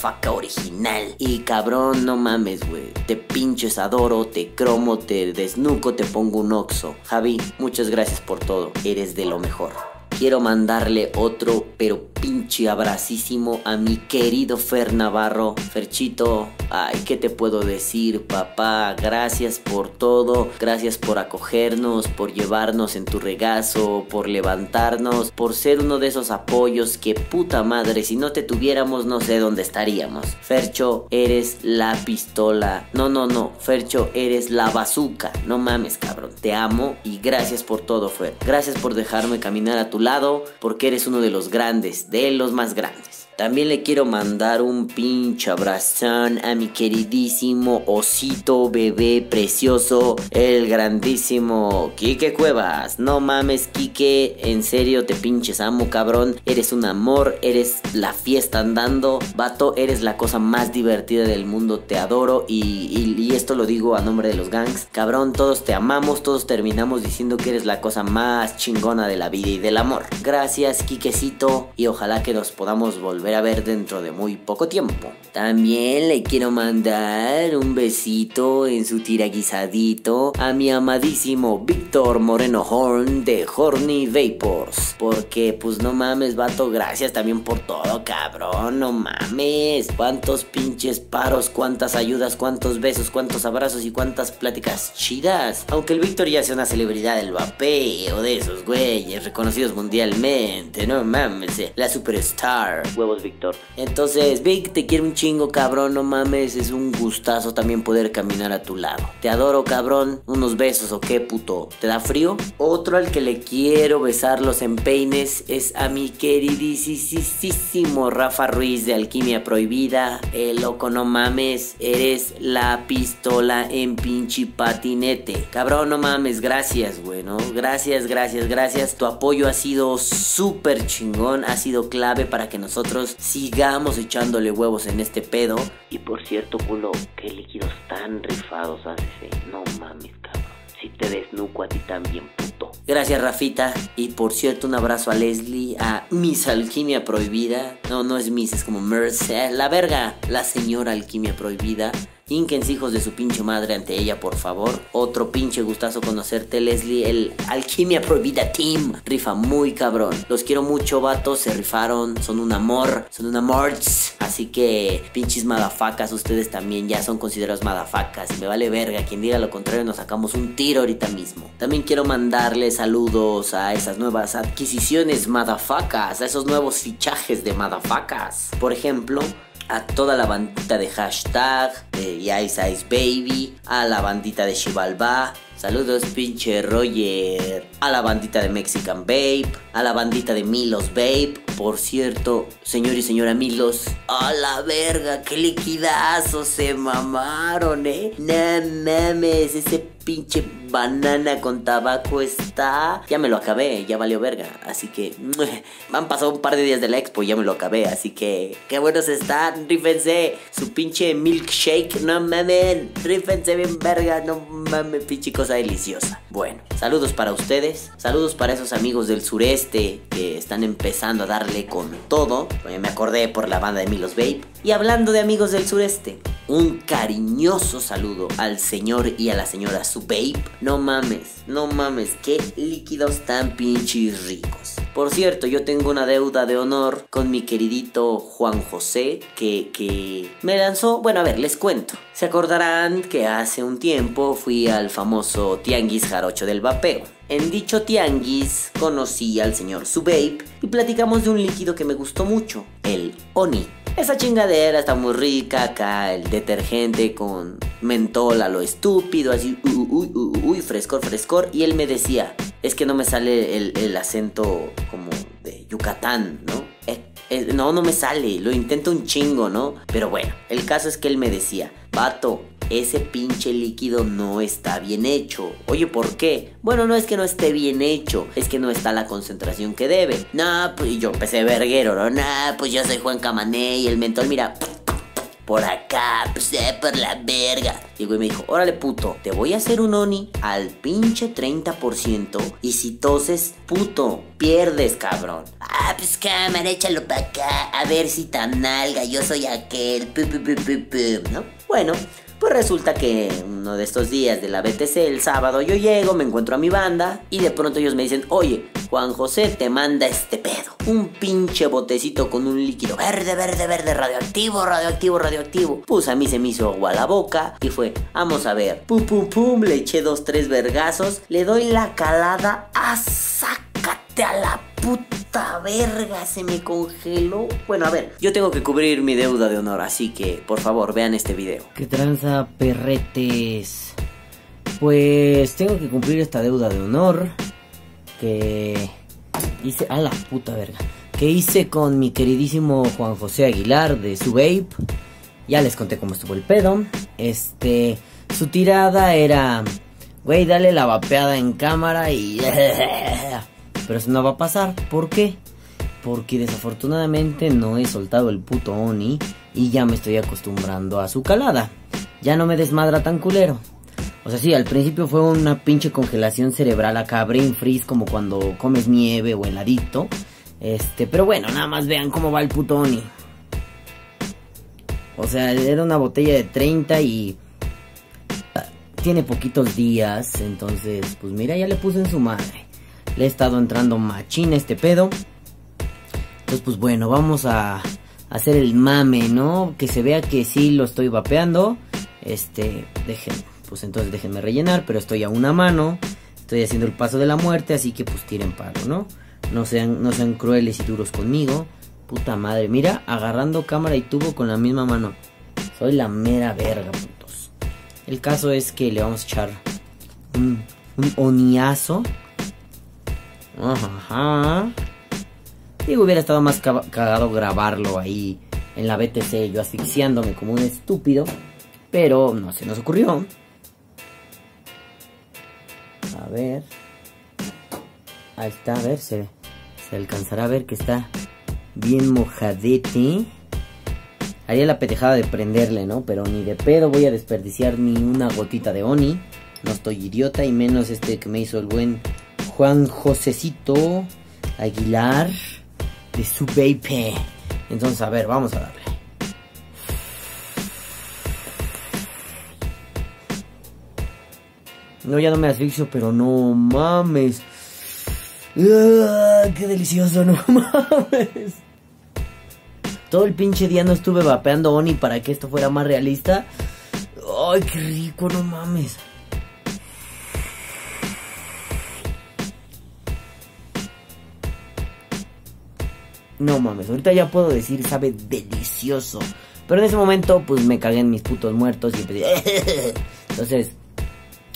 original. Y cabrón, no mames, güey, te pinches adoro, te cromo, te desnuco, te pongo un oxo. Javi, muchas gracias por todo, eres de lo mejor. Quiero mandarle otro, pero pinche abracísimo a mi querido Fer Navarro. Ferchito, ay, ¿qué te puedo decir, papá? Gracias por todo, gracias por acogernos, por llevarnos en tu regazo, por levantarnos, por ser uno de esos apoyos que, puta madre, si no te tuviéramos no sé dónde estaríamos. Fercho, eres la pistola. No, Fercho, eres la bazooka. No mames, cabrón, te amo y gracias por todo, Fer. Gracias por dejarme caminar a tu lado, porque eres uno de los grandes, de los más grandes. También le quiero mandar un pinche abrazón a mi queridísimo osito bebé precioso, el grandísimo Quique Cuevas. No mames, Quique, en serio te pinches amo, cabrón. Eres un amor, eres la fiesta andando. Vato, eres la cosa más divertida del mundo, te adoro y esto lo digo a nombre de los gangs. Cabrón, todos te amamos, todos terminamos diciendo que eres la cosa más chingona de la vida y del amor. Gracias, Quiquecito, y ojalá que nos podamos volver a ver dentro de muy poco tiempo. También le quiero mandar un besito en su tiraguisadito a mi amadísimo Víctor Moreno Horn de Horny Vapors, porque pues no mames, vato, gracias también por todo, cabrón, no mames, cuántos pinches paros, cuántas ayudas, cuántos besos, cuántos abrazos y cuántas pláticas chidas. Aunque el Víctor ya sea una celebridad del vapeo, de esos güeyes reconocidos mundialmente, no mames, la superstar. Huevos, Víctor. Entonces, Vic, te quiero un chingo, cabrón, no mames, es un gustazo también poder caminar a tu lado. Te adoro, cabrón, unos besos o qué, puto, ¿te da frío? Otro al que le quiero besar los empeines es a mi queridísimo Rafa Ruiz de Alquimia Prohibida. Loco, no mames, eres la pistola en pinche patinete. Cabrón, no mames, gracias, güey, ¿no? Gracias. Tu apoyo ha sido súper chingón, ha sido clave para que nosotros sigamos echándole huevos en este pedo. Y por cierto, culo, qué líquidos tan rifados haces, no mames, cabrón. Si te desnuco a ti también, puto. Gracias, Rafita. Y por cierto, un abrazo a Leslie, a Miss Alquimia Prohibida. No es Miss, es como Merce. La verga, la señora Alquimia Prohibida. Hínquense, hijos de su pinche madre, ante ella, por favor. Otro pinche gustazo conocerte, Leslie. El Alquimia Prohibida Team rifa muy cabrón. Los quiero mucho, vatos, se rifaron. Son un amor, son una morts. Así que, pinches madafacas, ustedes también ya son considerados madafacas. Me vale verga, quien diga lo contrario nos sacamos un tiro ahorita mismo. También quiero mandarle saludos a esas nuevas adquisiciones madafacas, a esos nuevos fichajes de madafacas. Por ejemplo, a toda la bandita de hashtag, de Ice Ice Baby, a la bandita de Shivalba, Saludos, pinche Roger. A la bandita de Mexican Babe. A la bandita de Milos Babe. Por cierto, señor y señora Milos, a la verga, qué liquidazo se mamaron, No mames, ese pinche banana con tabaco está... Ya me lo acabé, ya valió verga. Así que... Me han pasado un par de días de la expo y ya me lo acabé. Así que... ¡Qué buenos están! ¡Rífense! Su pinche milkshake, no mames. Rífense bien verga, no mames, pinche cosa deliciosa. Bueno, saludos para ustedes. Saludos para esos amigos del sureste que están empezando a darle con todo. Me acordé por la banda de Milos Babe. Y hablando de amigos del sureste, un cariñoso saludo al señor y a la señora Su Babe. No mames, qué líquidos tan pinches ricos. Por cierto, yo tengo una deuda de honor con mi queridito Juan José que me lanzó... Bueno, a ver, les cuento. Se acordarán que hace un tiempo fui al famoso Tianguis Jarocho del Vapeo. En dicho tianguis conocí al señor Su Babe y platicamos de un líquido que me gustó mucho, el Oni. Esa chingadera está muy rica acá, el detergente con mentol a lo estúpido, así, frescor. Y él me decía, es que no me sale el acento como de Yucatán, ¿no? No me sale, lo intento un chingo, ¿no? Pero bueno, el caso es que él me decía, vato, ese pinche líquido no está bien hecho. Oye, ¿por qué? Bueno, no es que no esté bien hecho, es que no está la concentración que debe. Nah, pues yo empecé verguero, ¿no? Nah, pues yo soy Juan Camané y el mentol, mira, por acá, pues por la verga. Y el güey me dijo, órale puto, te voy a hacer un Oni al pinche 30% y si toses, puto, pierdes, cabrón. Ah, pues cámara, échalo pa' acá, a ver si tan nalga, yo soy aquel, ¿no? Bueno, pues resulta que uno de estos días de la BTC, el sábado, yo llego, me encuentro a mi banda y de pronto ellos me dicen, oye, Juan José te manda este pedo. Un pinche botecito con un líquido verde, radioactivo. Pues a mí se me hizo agua a la boca y fue, vamos a ver, pum, le eché 2-3 vergazos, le doy la calada, sácate a la puta verga, se me congeló. Bueno, a ver, yo tengo que cubrir mi deuda de honor, así que por favor vean este video. ¿Qué tranza, perretes? Pues tengo que cumplir esta deuda de honor que hice, a la puta verga, que hice con mi queridísimo Juan José Aguilar de Su Babe. Ya les conté cómo estuvo el pedo. Su tirada era, güey, dale la vapeada en cámara y... Pero eso no va a pasar. ¿Por qué? Porque desafortunadamente no he soltado el puto Oni y ya me estoy acostumbrando a su calada. Ya no me desmadra tan culero. O sea, sí, al principio fue una pinche congelación cerebral acá, brain freeze, como cuando comes nieve o heladito. Pero bueno, nada más vean cómo va el puto Oni. O sea, era una botella de 30 y... tiene poquitos días, entonces, pues mira, ya le puse en su madre. Le he estado entrando machín a este pedo. Entonces, pues bueno, vamos a hacer el mame, ¿no? Que se vea que sí lo estoy vapeando. Pues entonces déjenme rellenar, pero estoy a una mano. Estoy haciendo el paso de la muerte, así que pues tiren paro, ¿no? No sean crueles y duros conmigo. Puta madre, mira, agarrando cámara y tubo con la misma mano. Soy la mera verga, putos. El caso es que le vamos a echar un oniazo. Ajá. Digo, hubiera estado más cagado grabarlo ahí en la BTC, yo asfixiándome como un estúpido. Pero no se nos ocurrió. A ver. Ahí está, a ver, se alcanzará a ver que está bien mojadete. Haría la petejada de prenderle, ¿no? Pero ni de pedo voy a desperdiciar ni una gotita de Oni. No estoy idiota, y menos que me hizo el buen Juan Josecito Aguilar de Su Babe. Entonces, a ver, vamos a darle. No, ya no me asfixio, pero no mames. ¡Qué delicioso! No mames. Todo el pinche día no estuve vapeando Oni para que esto fuera más realista. ¡Ay, qué rico! No mames. No mames, ahorita ya puedo decir, sabe delicioso. Pero en ese momento, pues me cagué en mis putos muertos y empecé... Entonces...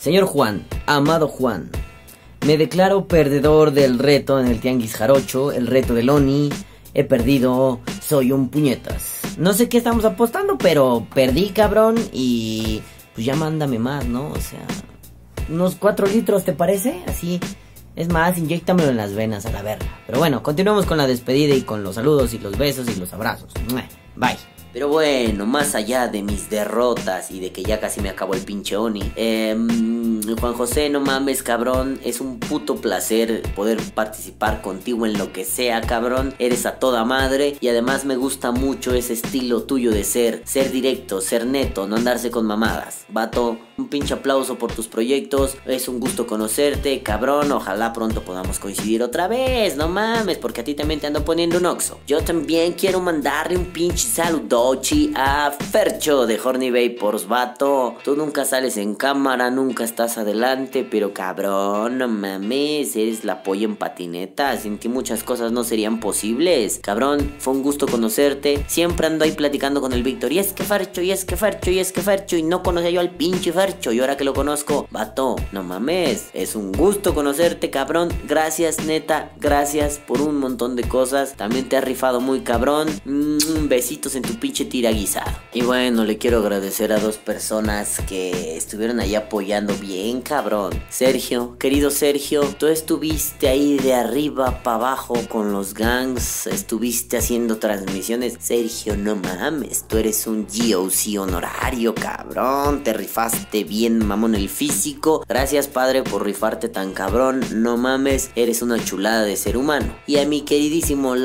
Señor Juan, amado Juan, me declaro perdedor del reto en el Tianguis Jarocho, el reto del Oni. He perdido, soy un puñetas. No sé qué estamos apostando, pero perdí, cabrón, y pues ya mándame más, ¿no? O sea, unos 4 litros, ¿te parece? Así, es más, inyéctamelo en las venas a la verga. Pero bueno, continuemos con la despedida y con los saludos y los besos y los abrazos. Bye. Pero bueno, más allá de mis derrotas y de que ya casi me acabó el pinche Oni, Juan José, no mames, cabrón, es un puto placer poder participar contigo en lo que sea, cabrón. Eres a toda madre y además me gusta mucho ese estilo tuyo de ser directo, ser neto, no andarse con mamadas. Vato, un pinche aplauso por tus proyectos, es un gusto conocerte, cabrón. Ojalá pronto podamos coincidir otra vez, no mames, porque a ti también te ando poniendo un oxo. Yo también quiero mandarle un pinche saludo a Fercho de Horny Vapors, vato. Tú nunca sales en cámara, nunca estás adelante, pero cabrón, no mames, eres la polla en patineta. Sin ti muchas cosas no serían posibles. Cabrón, fue un gusto conocerte. Siempre ando ahí platicando con el Víctor. Y es que Fercho, y es que Fercho, y es que Fercho. Y no conocía yo al pinche Fercho. Y ahora que lo conozco, vato, no mames, es un gusto conocerte, cabrón. Gracias, neta, gracias por un montón de cosas. También te has rifado muy cabrón. Besitos en tu pinche tira guisado. Y bueno, le quiero agradecer a 2 personas que estuvieron ahí apoyando bien, cabrón. Sergio, querido Sergio, tú estuviste ahí de arriba para abajo con los gangs, estuviste haciendo transmisiones. Sergio, no mames, tú eres un GOC honorario, cabrón. Te rifaste bien, mamón, el físico. Gracias, padre, por rifarte tan cabrón. No mames, eres una chulada de ser humano. Y a mi queridísimo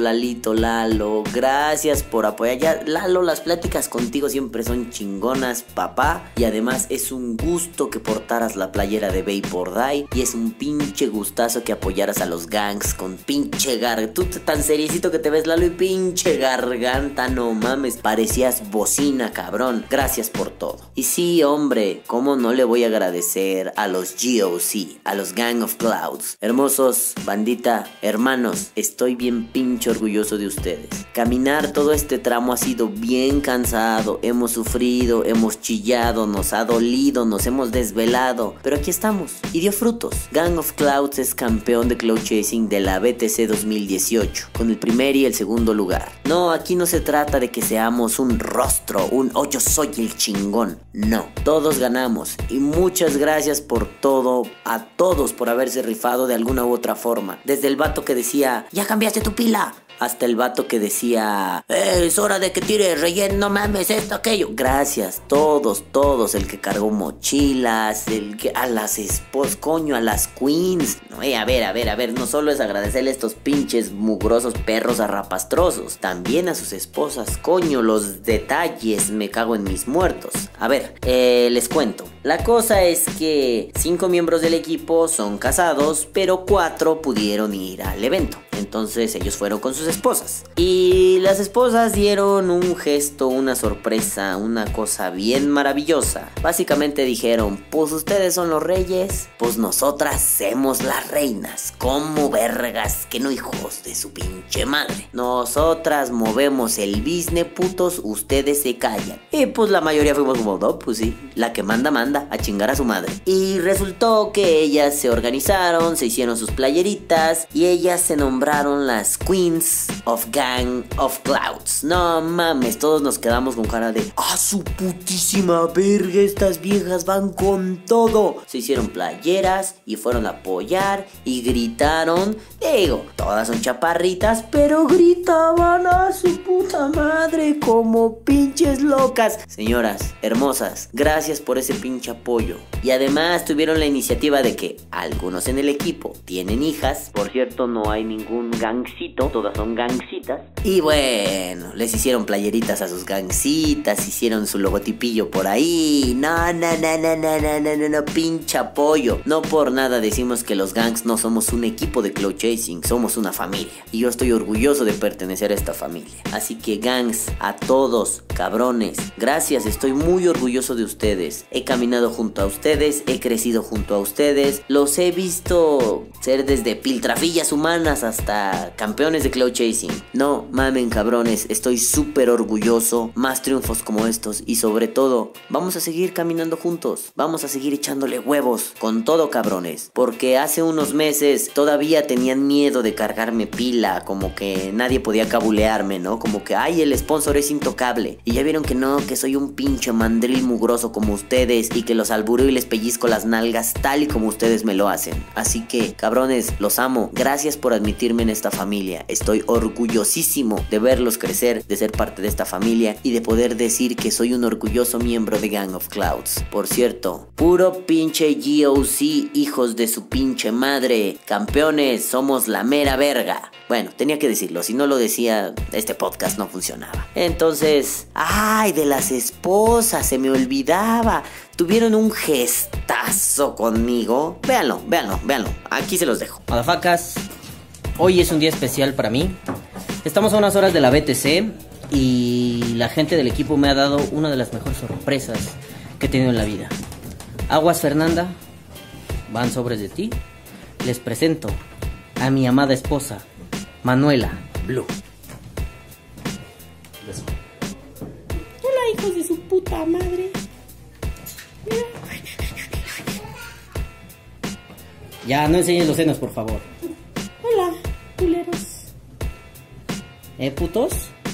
Lalo, gracias por apoyar. Ya, Lalo, las pláticas contigo siempre son chingonas, papá. Y además es un gusto que portaras la playera de Vapor Die. Y es un pinche gustazo que apoyaras a los gangs con pinche garganta. Tú tan seriecito que te ves, Lalo, y pinche garganta, no mames. Parecías bocina, cabrón. Gracias por todo. Y sí, hombre, ¿cómo no le voy a agradecer a los GOC, a los Gang of Clouds? Hermosos, bandita, hermanos, estoy bien pinche orgulloso de ustedes. Caminar todo este tramo ha sido bien cansado, hemos sufrido, hemos chillado, nos ha dolido, nos hemos desvelado, pero aquí estamos y dio frutos. Gang of Clouds es campeón de Cloud Chasing de la BTC 2018, con el primer y el segundo lugar. No, aquí no se trata de que seamos un rostro, oh, yo soy el chingón. No, todos ganamos y muchas gracias por todo, a todos por haberse rifado de alguna u otra forma. Desde el vato que decía, ya cambiaste tu pila, hasta el vato que decía, es hora de que tire relleno, no mames, esto, aquello. Gracias, todos, el que cargó mochilas, el que a las esposas, coño, a las queens. No, a ver, no solo es agradecerle a estos pinches mugrosos perros arrapastrosos, también a sus esposas, coño, los detalles, me cago en mis muertos. A ver, les cuento. La cosa es que 5 miembros del equipo son casados, pero 4 pudieron ir al evento. Entonces ellos fueron con sus esposas. Y las esposas dieron un gesto, una sorpresa, una cosa bien maravillosa. Básicamente dijeron, pues ustedes son los reyes, pues nosotras somos las reinas. ¿Cómo vergas que no, hijos de su pinche madre? Nosotras movemos el business, putos, ustedes se callan. Y pues la mayoría fuimos como, no, pues sí, la que manda, a chingar a su madre. Y resultó que ellas se organizaron, se hicieron sus playeritas y ellas se nombraron las Queens of Gang of Clouds. No mames, todos nos quedamos con cara de ¡ah, su putísima verga! Estas viejas van con todo. Se hicieron playeras y fueron a apoyar y gritaron. Digo, todas son chaparritas, pero gritaban a su puta madre como pinches locas. Señoras hermosas, gracias por ese pinche apoyo. Y además tuvieron la iniciativa de que algunos en el equipo tienen hijas. Por cierto, no hay ningún gangcito, todas son gangcitas. Y bueno, les hicieron playeritas a sus gangcitas, hicieron su logotipillo por ahí. No, pinche apoyo. No por nada decimos que los gangs no somos un equipo de Cloud Chasing, somos una familia. Y yo estoy orgulloso de pertenecer a esta familia. Así que gangs, a todos, cabrones, gracias, estoy muy orgulloso de ustedes. He caminado caminado junto a ustedes, he crecido junto a ustedes, los he visto ser desde piltrafillas humanas hasta campeones de Cloud Chasing. No mamen, cabrones, estoy súper orgulloso, más triunfos como estos y sobre todo, vamos a seguir caminando juntos, vamos a seguir echándole huevos con todo, cabrones, porque hace unos meses todavía tenían miedo de cargarme pila, como que nadie podía cabulearme, ¿no? Como que, ay, el sponsor es intocable, y ya vieron que no, que soy un pinche mandril mugroso como ustedes y que los albureo y les pellizco las nalgas tal y como ustedes me lo hacen. Así que, cabrones, los amo, gracias por admitirme en esta familia, estoy orgullosísimo de verlos crecer, de ser parte de esta familia y de poder decir que soy un orgulloso miembro de Gang of Clouds. Por cierto, puro pinche GOC, hijos de su pinche madre, campeones, somos la mera verga. Bueno, tenía que decirlo, si no lo decía, este podcast no funcionaba. Entonces, ay, de las esposas, se me olvidaba. Tuvieron un gestazo conmigo. Véanlo, aquí se los dejo. Madafacas, hoy es un día especial para mí. Estamos a unas horas de la BTC y la gente del equipo me ha dado una de las mejores sorpresas que he tenido en la vida. Aguas, Fernanda, van sobres de ti. Les presento a mi amada esposa, Manuela Blue. Hola, hijos de su puta madre. Mira. Ya, no enseñes los senos, por favor. Hola, culeros. ¿Putos?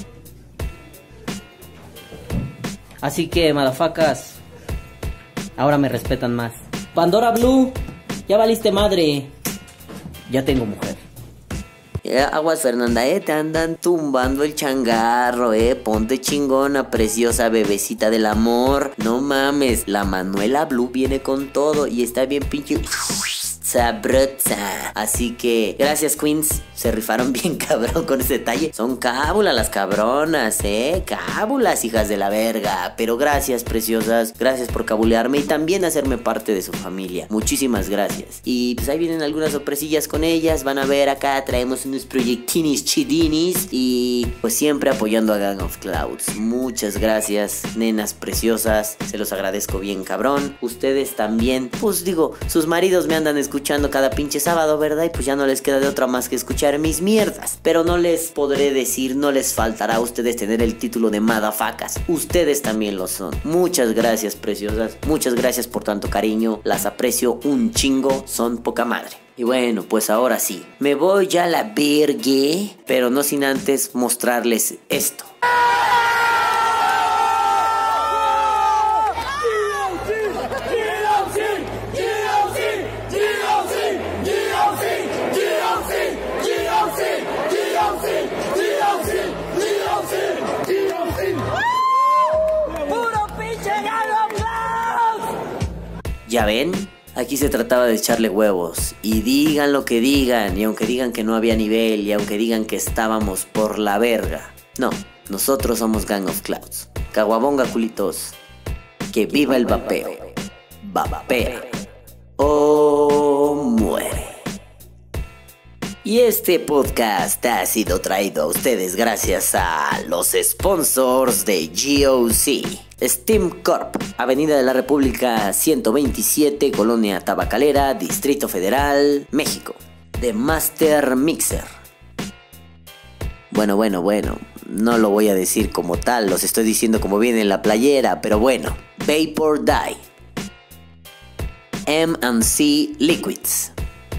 Así que, madafacas, ahora me respetan más. Pandora Blue, ya valiste madre. Ya tengo mujer. Aguas, Fernanda, te andan tumbando el changarro, ponte chingona, preciosa bebecita del amor. No mames, la Manuela Blue viene con todo y está bien pinche sabrosa. Así que, gracias, Queens, se rifaron bien cabrón con ese detalle. Son cábulas las cabronas, cábulas, hijas de la verga. Pero gracias, preciosas, gracias por cabulearme y también hacerme parte de su familia. Muchísimas gracias. Y pues ahí vienen algunas sorpresillas con ellas. Van a ver, acá traemos unos proyectinis chidinis y pues siempre apoyando a Gang of Clouds. Muchas gracias, nenas preciosas, se los agradezco bien cabrón. Ustedes también, pues digo, sus maridos me andan escuchando cada pinche sábado, ¿verdad? Y pues ya no les queda de otra más que escuchar mis mierdas. Pero no les podré decir, no les faltará a ustedes tener el título de madafacas. Ustedes también lo son. Muchas gracias, preciosas. Muchas gracias por tanto cariño. Las aprecio un chingo. Son poca madre. Y bueno, pues ahora sí, me voy ya a la vergue, pero no sin antes mostrarles esto. ¿Ya ven? Aquí se trataba de echarle huevos. Y digan lo que digan, y aunque digan que no había nivel, y aunque digan que estábamos por la verga. No, nosotros somos Gang of Clouds. Caguabonga, culitos. Que viva el vapeo. Vapea. O muere. Y este podcast ha sido traído a ustedes gracias a los sponsors de GOC. Steam Corp, Avenida de la República 127, Colonia Tabacalera, Distrito Federal, México. The Master Mixer. Bueno, no lo voy a decir como tal, los estoy diciendo como viene en la playera, pero bueno. Vapor Dye. M&C Liquids.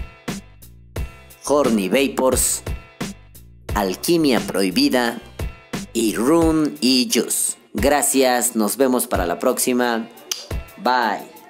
Horny Vapors, Alquimia Prohibida y Rune y Juice. Gracias, nos vemos para la próxima. Bye.